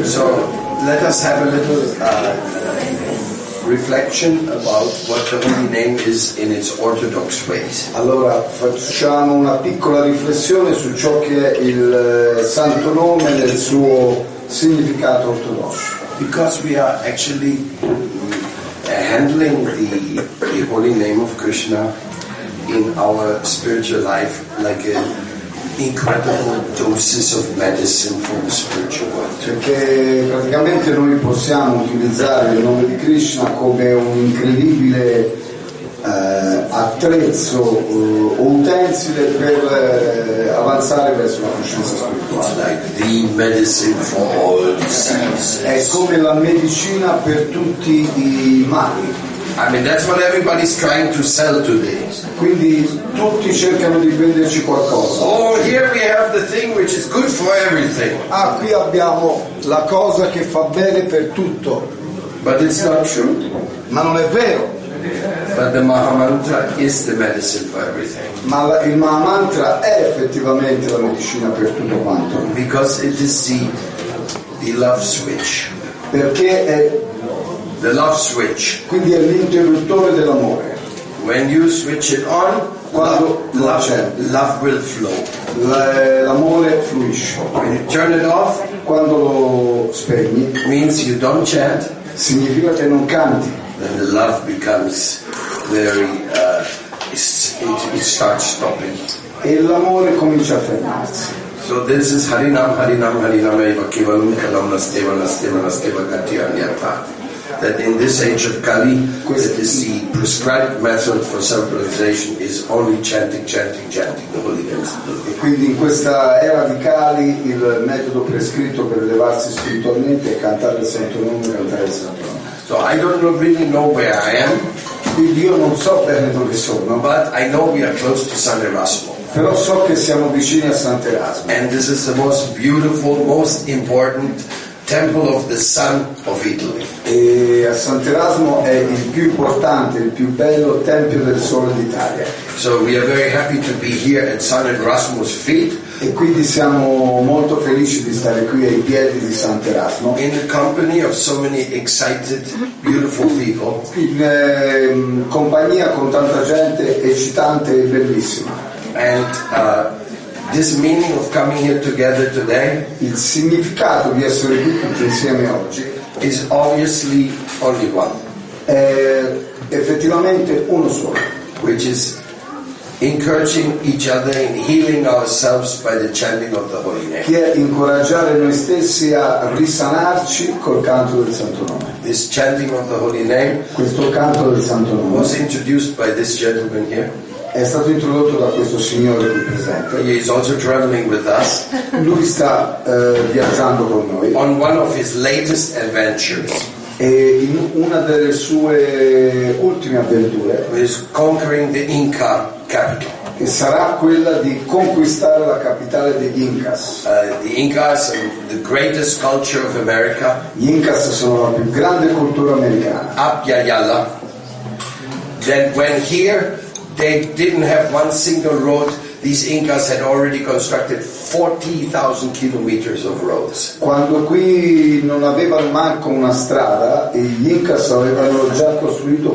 So let us have a little reflection about what the Holy Name is in its orthodox ways. Allora facciamo una piccola riflessione su ciò che è il Santo Nome nel suo significato ortodosso. Because we are actually handling the Holy Name of Krishna in our spiritual life like an incredible doses of medicine for the spiritual world. Perché praticamente noi possiamo utilizzare il nome di Krishna come un incredibile attrezzo o utensile per avanzare verso la coscienza spirituale. Like the medicine for all diseases. È come la medicina per tutti i mali. I mean, that's what everybody's trying to sell today. Quindi tutti cercano di venderci qualcosa. Oh, here we have the thing which is good for everything. Ah, qui abbiamo la cosa che fa bene per tutto. But it's not true. Ma non è vero. But the Mahamantra is the medicine for everything. Ma il Mahamantra è effettivamente la medicina per tutto quanto. Because it is the love switch. Perché è the love switch. Quindi è l'interruttore dell'amore. When you switch it on, quando love will flow. L'amore fluisce. When you turn it off, quando lo spegni, means you don't chant. Significa che non canti. Then the love becomes very it starts stopping. E l'amore comincia a fermarsi. So this is Harinam Harinam Harinam Eva Kevalam Kalam Nasteva Nasteva Nasteva Gati Anyata. That in this age of Kali, that is the prescribed method for self-realization is only chanting the holy names. E quindi in questa era di Kali il metodo prescritto per elevarsi spiritualmente è cantare il Santo Nome, cantare il Santo Nome. So I don't really know where I am. Quindi io non so bene dove sono. But I know we are close to San Erasmo. Però so che siamo vicini a Sant'Erasmo. And this is the most beautiful, most important Temple of the Sun of Italy. E a Sant'Erasmo è il più importante, il più bello Tempio del Sole d'Italia. So we are very happy to be here at San Erasmo's feet. E quindi siamo molto felici di stare qui ai piedi di Sant'Erasmo. In the company of so many excited, beautiful people. In compagnia con tanta gente eccitante e bellissima. And this meaning of coming here together today, il significato di essere qui tutti insieme oggi, is obviously only one. È effettivamente uno solo. Which is encouraging each other in healing ourselves by the chanting of the Holy Name. Che è incoraggiare noi stessi a risanarci col canto del Santo Nome. This chanting of the Holy Name, questo canto del Santo Nome, was introduced by this gentleman here. È stato introdotto da questo signore qui presente. He is also traveling with us. Lui sta viaggiando con noi. On one of his latest adventures. E in una delle sue ultime avventure. Is conquering the Inca capital. Che sarà quella di conquistare la capitale degli Incas. The Incas are the greatest culture of America. Gli Incas sono la più grande cultura americana. Abya-Yala. Then when here they didn't have one single road, these Incas had already constructed 40,000 kilometers of roads. Quando qui non avevano manco una strada, gli Incas avevano già costruito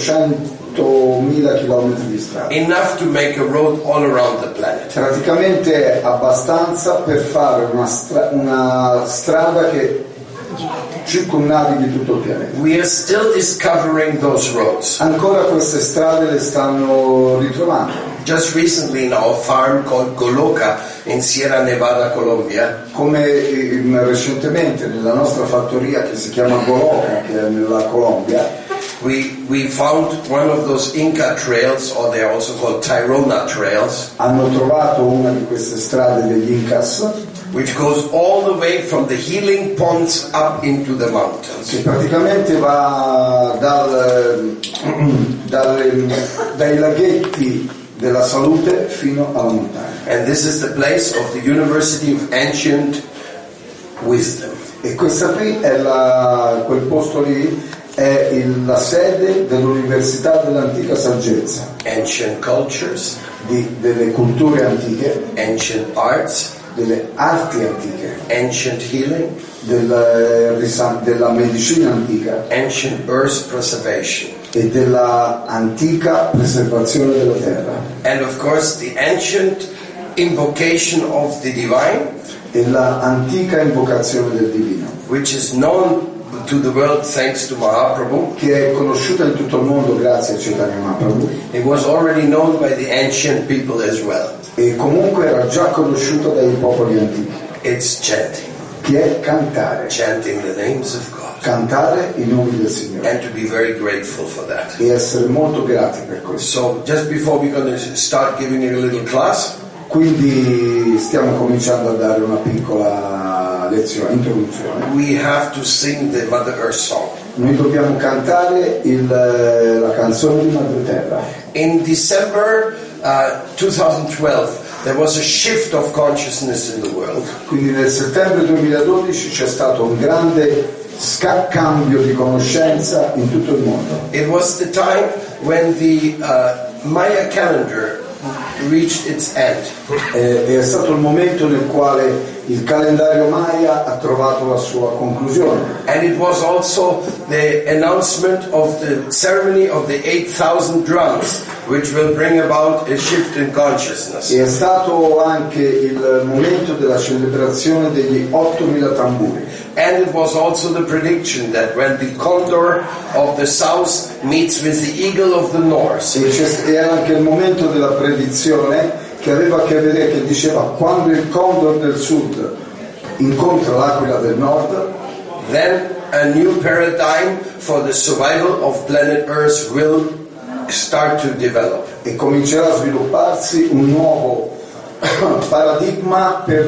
400.000 chilometri di strada. Enough to make a road all around the planet. Praticamente abbastanza per fare una strada che circumnavighi tutto il pianeta. We are still discovering those roads. Ancora queste strade le stanno ritrovando. Just recently in our farm called Goloka in Sierra Nevada, Colombia. Come recentemente nella nostra fattoria che si chiama Goloka, che è nella Colombia. We found one of those Inca trails, or they are also called Tairona trails. Hanno trovato una di queste strade degli Incas. Which goes all the way from the healing ponds up into the mountains. Che praticamente va dai laghetti della salute fino alla montagna. And this is the place of the University of Ancient Wisdom. E questa qui è quel posto lì è la sede dell'Università dell'Antica Saggezza. Ancient cultures. Delle culture antiche. Ancient arts. delle arti antiche, ancient healing, della medicina antica ancient earth preservation, e della antica preservazione della terra, and of course the ancient invocation of the divine, e la antica invocazione del divino, which is known to the world thanks to Mahaprabhu. che è conosciuta in tutto il mondo grazie a Chaitanya Mahaprabhu, It was already known by the ancient people as well. e comunque era già conosciuta dai popoli antichi, It's chanting, che è cantare chanting the names of God, cantare i nomi del Signore and to be very grateful for that. e essere molto grati per questo. So just before we're going to start giving you a little class, Quindi stiamo cominciando a dare una piccola lezione, introduzione. we have to sing the Mother Earth song. Noi dobbiamo cantare la canzone di Madre Terra. In December 2012, there was a shift of consciousness in the world. Quindi nel settembre 2012 c'è stato un grande cambio di conoscenza in tutto il mondo. It was the time when the Maya calendar reached its end. È stato il momento nel quale il calendario Maya ha trovato la sua conclusione. And it was also the announcement of the ceremony of the 8,000 drums, which will bring about a shift in consciousness. E è stato anche il momento della celebrazione degli 8.000 tamburi. And it was also the prediction that when the condor of the south meets with the eagle of the north, E era anche il momento della predizione che aveva a che vedere, che diceva quando il condor del sud incontra l'aquila del nord, then a new paradigm for the survival of planet Earth will start to develop. e comincerà a svilupparsi un nuovo paradigma per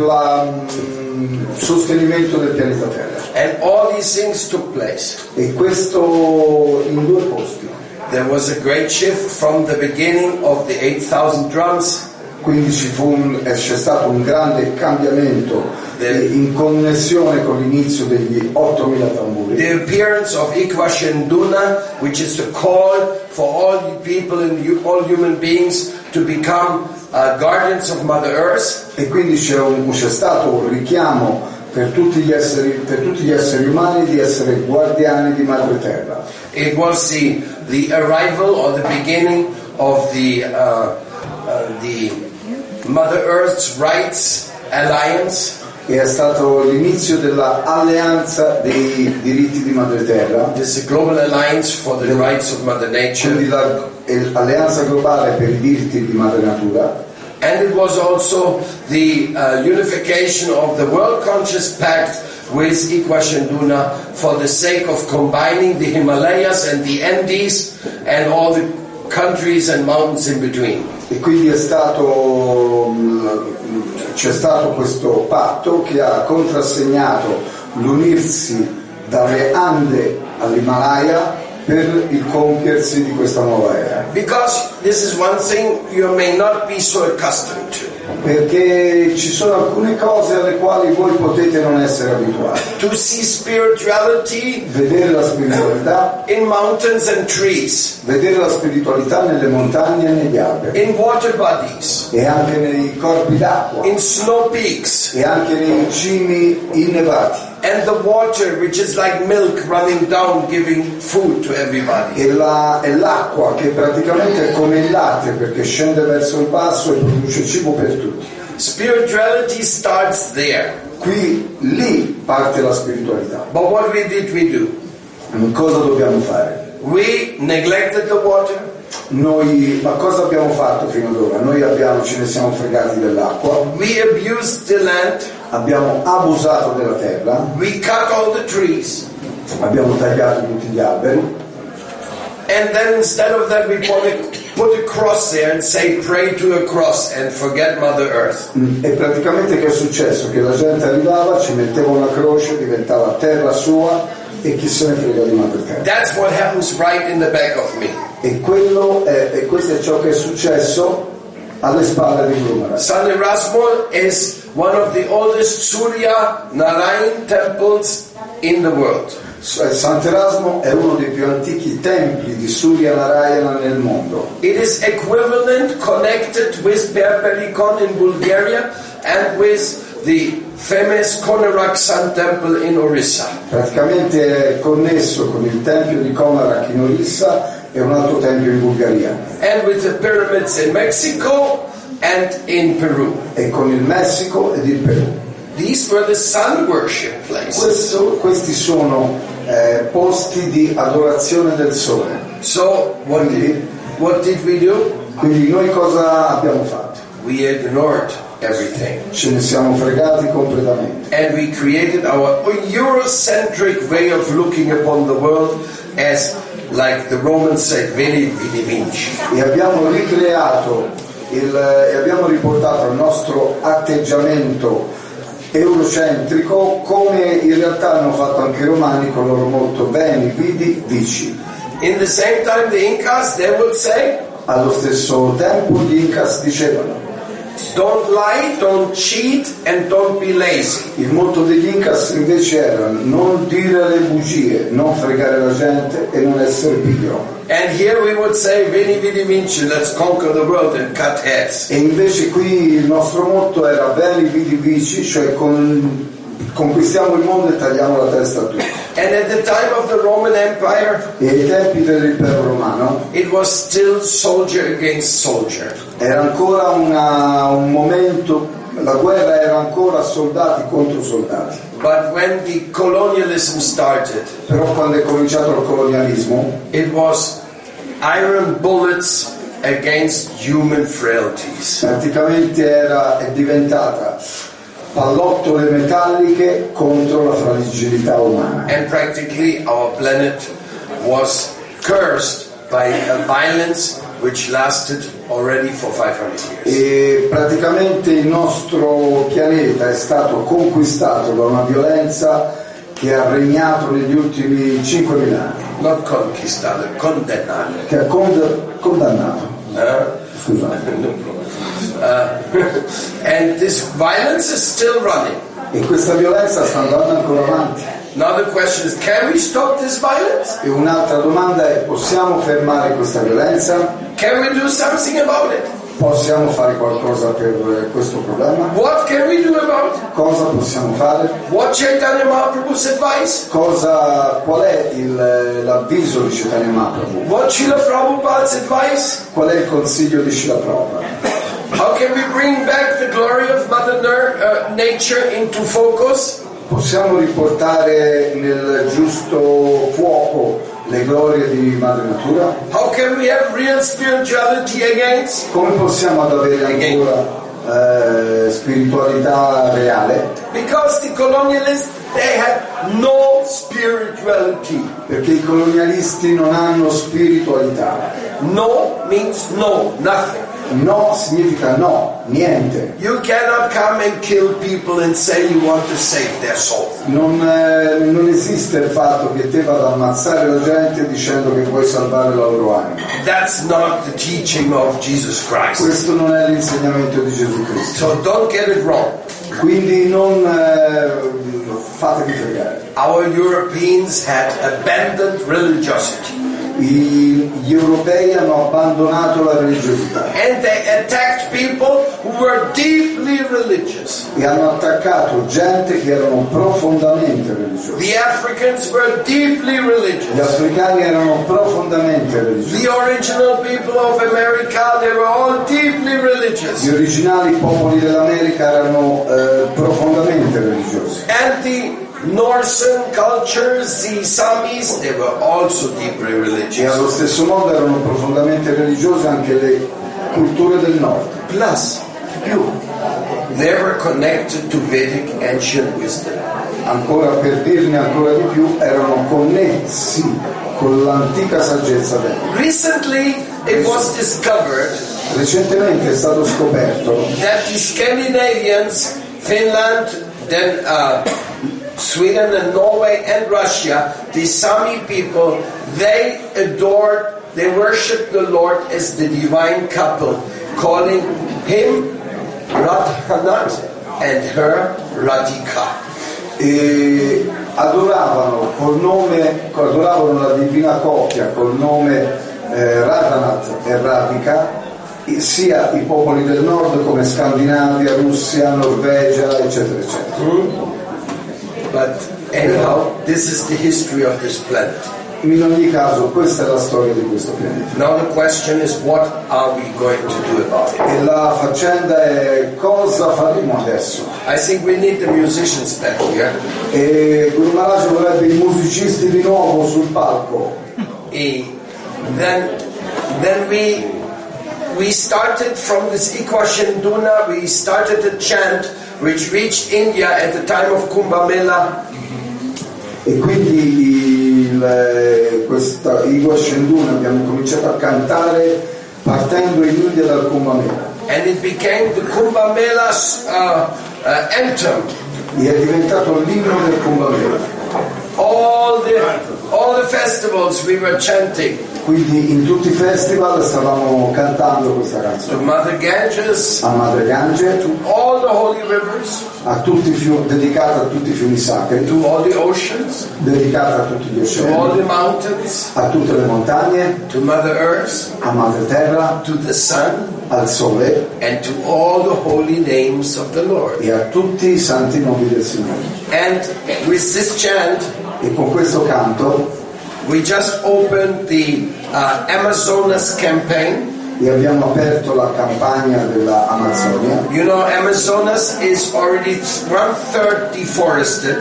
il sostenimento del pianeta Terra. And all these things took place. E questo in due posti. There was a great shift from the beginning of the 8,000 drums. Quindi c'è stato un grande cambiamento in connessione con l'inizio degli 8.000 tamburi. The appearance of Ikvashenduna, which is the call for all people and all human beings to become guardians of Mother Earth. E quindi c'è stato un richiamo per tutti gli esseri umani di essere guardiani di Madre Terra. It was the arrival or the beginning of the Mother Earth's Rights Alliance. E è stato l'inizio dell'alleanza dei diritti di Madre Terra, This is a global alliance for the rights of Mother quindi Nature. l'alleanza globale per i diritti di Madre Natura. And it was also the unification of the World Conscious Pact with Ikvashenduna for the sake of combining the Himalayas and the Andes and all the countries and mountains in between. E quindi c'è stato questo patto che ha contrassegnato l'unirsi dalle Ande all'Himalaya per il compiersi di questa nuova era. Because this is one thing you may not be so accustomed to. Perché ci sono alcune cose alle quali voi potete non essere abituati. To see spirituality Vedere la spiritualità, in mountains and trees, vedere la spiritualità nelle montagne e negli alberi, in water bodies, e anche nei corpi d'acqua, in snow peaks, e anche nei cimi innevati, and the water which is like milk running down giving food to everybody. e l'acqua che praticamente è come il latte perché scende verso il basso e produce cibo per tutti. Spirituality starts there. Lì parte la spiritualità. But what did we do? Cosa dobbiamo fare? We neglected the water. Ma cosa abbiamo fatto fino ad ora? Ce ne siamo fregati dell'acqua, We abused the land. abbiamo abusato della terra, We cut all the trees. abbiamo tagliato tutti gli alberi, And then instead of that we put a cross there and say pray to a cross and forget Mother Earth. e praticamente che è successo? Che la gente arrivava, ci metteva una croce, diventava terra sua e chi se ne frega di Madre Terra. That's what happens right in the back of me. E questo è ciò che è successo alle spalle di Blumenau. San Erasmo is one of the oldest Surya Narayan temples in the world. Sant'Erasmo è uno dei più antichi templi di Surya Narayana nel mondo. It is equivalent connected with Perpelikon in Bulgaria and with the famous Konarak Sun Temple in Orissa. Praticamente è connesso con il tempio di Konarak in Orissa e un altro tempio in Bulgaria. And with the pyramids in Mexico and in Peru. E con il Messico ed il Perù. These were the sun worship places. Questi sono posti di adorazione del sole. So what did we do? Quindi noi cosa abbiamo fatto? We ignored everything. Ce ne siamo fregati completamente. And we created our Eurocentric way of looking upon the world as, like the Romans said, veni vidi vinci. E abbiamo ricreato e abbiamo riportato il nostro atteggiamento eurocentrico come in realtà hanno fatto anche i romani con loro molto bene, vidi, vici. In the same time the Incas, they would say, allo stesso tempo gli Incas dicevano: don't lie, don't cheat and don't be lazy. Il motto degli Incas invece era: non dire le bugie, non fregare la gente e non essere pigro. And here we would say, veni vidi vinci, let's conquer the world and cut heads. E invece qui il nostro motto era veni vidi vici, cioè conquistiamo il mondo e tagliamo la testa a tutti. And at the time of the Roman Empire, E ai tempi dell'impero romano it was still soldier against soldier. era ancora un momento, la guerra era ancora soldati contro soldati. But when the colonialism started, Però quando è cominciato il colonialismo, it was iron bullets against human frailties. praticamente è diventata pallottole metalliche contro la fragilità umana. And practically our planet was cursed by a violence which lasted already for 500 years. E praticamente il nostro pianeta è stato conquistato da una violenza che ha regnato negli ultimi 5.000 anni, Not conquistato, condannato. che ha condannato. Scusate. And this violence is still running. E questa violenza sta andando ancora avanti. Now the question is, can we stop this violence? E un'altra domanda è: possiamo fermare questa violenza? Can we do something about it? Possiamo fare qualcosa per questo problema? What can we do about it? Cosa possiamo fare? What Chaitanya Mahaprabhu's advice? Qual è l'avviso di Chaitanya Mahaprabhu? What Srila Prabhupada's advice? Qual è il consiglio di Srila Prabhupada? How can we bring back the glory of Mother Nature into focus? Possiamo riportare nel giusto fuoco le glorie di Madre Natura? How can we have real spirituality against? Come possiamo avere ancora spiritualità reale? Because the colonialists, they had no spirituality. Perché i colonialisti non hanno spiritualità. No means no, nothing. No significa no, niente. You cannot come and kill people and say you want to save their soul. Non esiste il fatto che te vada ad ammazzare la gente dicendo che puoi salvare la loro anima. That's not the teaching of Jesus Christ. Questo non è l'insegnamento di Gesù Cristo. So don't get it wrong. Quindi non fatevi fregare. Our Europeans had abandoned religiosity. Gli europei hanno abbandonato la religiosità And they attacked people who were deeply religious. e hanno attaccato gente che erano profondamente religiosi. The Africans were deeply Gli religious. africani erano profondamente religiosi. The original people of America, they were all deeply religious. Gli originali popoli dell'America erano profondamente religiosi. And the Northern cultures, the Samis, they were also deeply E religious. allo stesso modo erano profondamente religiose anche le culture del nord. Plus, they were connected to Vedic ancient wisdom. Ancora, per dirne ancora di più, erano connessi con l'antica saggezza vedika. Recently, it was discovered Recentemente è stato scoperto that the Scandinavians, Finland, then Sweden and Norway and Russia, the Sami people, they worship the Lord as the divine couple, calling him Radhanath and her Radhika. e adoravano la divina coppia col nome Radhanath e Radhika, sia i popoli del nord come Scandinavia, Russia, Norvegia, eccetera, eccetera. But anyhow, this is the history of this planet. In ogni caso, questa è la storia di questo pianeta. Now the question is, what are we going to do about it? E la faccenda è cosa faremo adesso. I think we need the musicians back here. E Guru Maharaj vorrebbe i musicisti di nuovo sul palco. Then we started from this Ikwa-Shinduna, we started a chant which reached India at the time of Kumbh Mela. E quindi questa Ikwa-Shinduna abbiamo cominciato a cantare partendo in India dal Kumbh Mela. And it became the Kumbh Mela's anthem. E è diventato l'inno del Kumbh Mela. All the festivals we were chanting. Quindi in tutti i festival stavamo cantando questa canzone. To Mother Ganges, a Madre Gange, to all the holy rivers, dedicata a tutti i fiumi sacri, to all the oceans, dedicata a tutti gli to all oceani, the mountains, a tutte le montagne, to Mother Earth, a Madre Terra, to the sun, al Sole and to all the holy names of the Lord. e a tutti i santi nomi del Signore. And with this chant, E con questo canto we just opened the Amazonas campaign. e abbiamo aperto la campagna della Amazzonia. You know, Amazonas is already 1/3 deforested.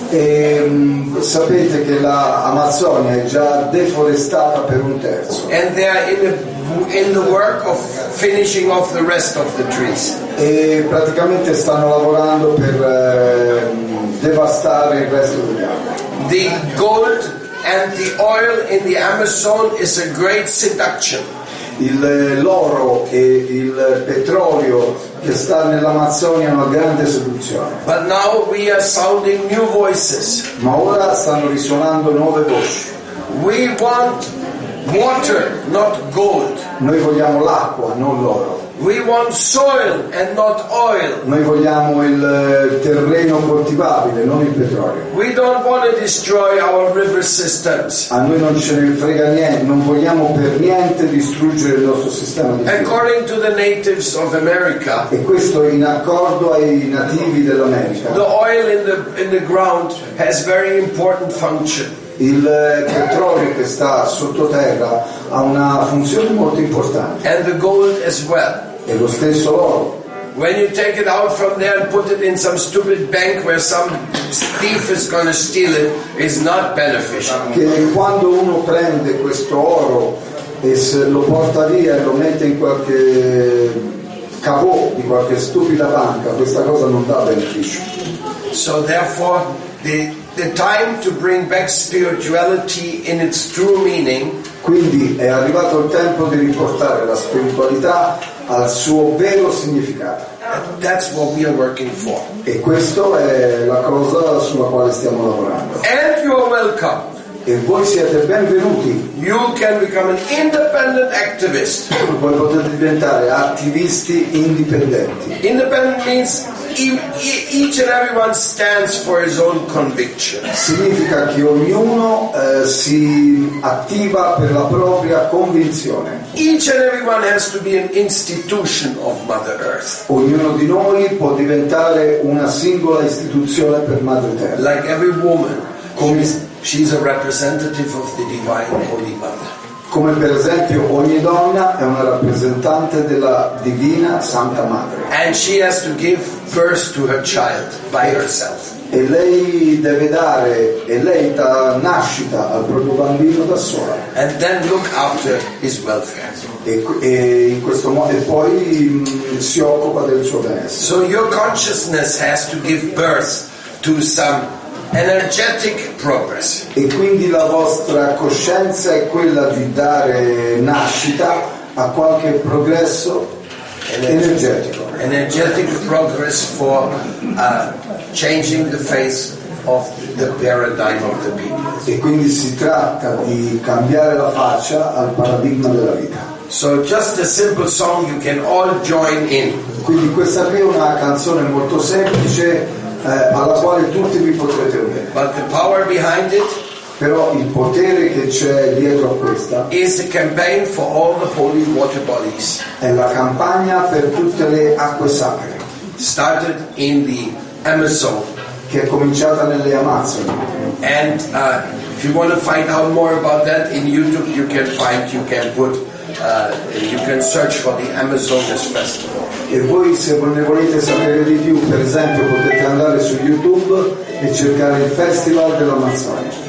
E sapete che la Amazzonia è già deforestata per 1/3 And they are in the work of finishing off the rest of the trees. e praticamente stanno lavorando per devastare il resto degli alberi. The gold and the oil in the Amazon is a great seduction. L'oro e il petrolio che sta nell'Amazzonia è una grande seduzione. But now we are sounding new voices. Ma ora stanno risuonando nuove voci. We want water, not gold. Noi vogliamo l'acqua, non l'oro. We want soil and not oil. Noi vogliamo il terreno coltivabile, non il petrolio. We don't want to destroy our river systems. A noi non ce ne frega niente, non vogliamo per niente distruggere il nostro sistema di fiumi. According to the natives of America, E questo in accordo ai nativi dell'America. the oil in the ground has very important function. Il petrolio che sta sottoterra ha una funzione molto importante. And the gold as well. E lo stesso l'oro. When you take it out from there and put it in some stupid bank where some thief is going to steal it, is not beneficial. Che quando uno prende questo oro e lo porta via e lo mette in qualche cavò di qualche stupida banca, questa cosa non dà beneficio. So therefore, the time to bring back spirituality in its true meaning. Quindi è arrivato il tempo di riportare la spiritualità al suo vero significato. That's what we are working for. E questa è la cosa sulla quale stiamo lavorando. And you are welcome. E voi siete benvenuti. You can become an independent activist. Voi potete diventare attivisti indipendenti. Independent means each and everyone stands for his own conviction. Significa che ognuno si attiva per la propria convinzione. Each and everyone has to be an institution of Mother Earth. Ognuno di noi può diventare una singola istituzione per Madre Terra. Like every woman, she's a representative of the Divine Holy Mother. Come per esempio ogni donna è una rappresentante della Divina Santa Madre. And she has to give birth to her child by herself. E lei deve dare, e lei dà nascita al proprio bambino da sola. And then look after his welfare. E in questo modo e poi si occupa del suo benessere. So your consciousness has to give birth to some energetic progress. E quindi la vostra coscienza è quella di dare nascita a qualche progresso energetico. Energetic progress for changing the face of the paradigm of the people. E quindi si tratta di cambiare la faccia al paradigma della vita. So just a simple song you can all join in. Quindi questa qui è una canzone molto semplice alla quale tutti vi potrete unire. But the power behind it Però il potere che c'è dietro a questa is the campaign for all the holy water bodies. È la campagna per tutte le acque sacre. Started in the Amazon. Che è cominciata nelle Amazzoni. And if you want to find out more about that in YouTube, you can search for the Amazonas Festival. E voi, se ne volete sapere di più, per esempio, potete andare su YouTube e cercare il Festival dell'Amazzonia.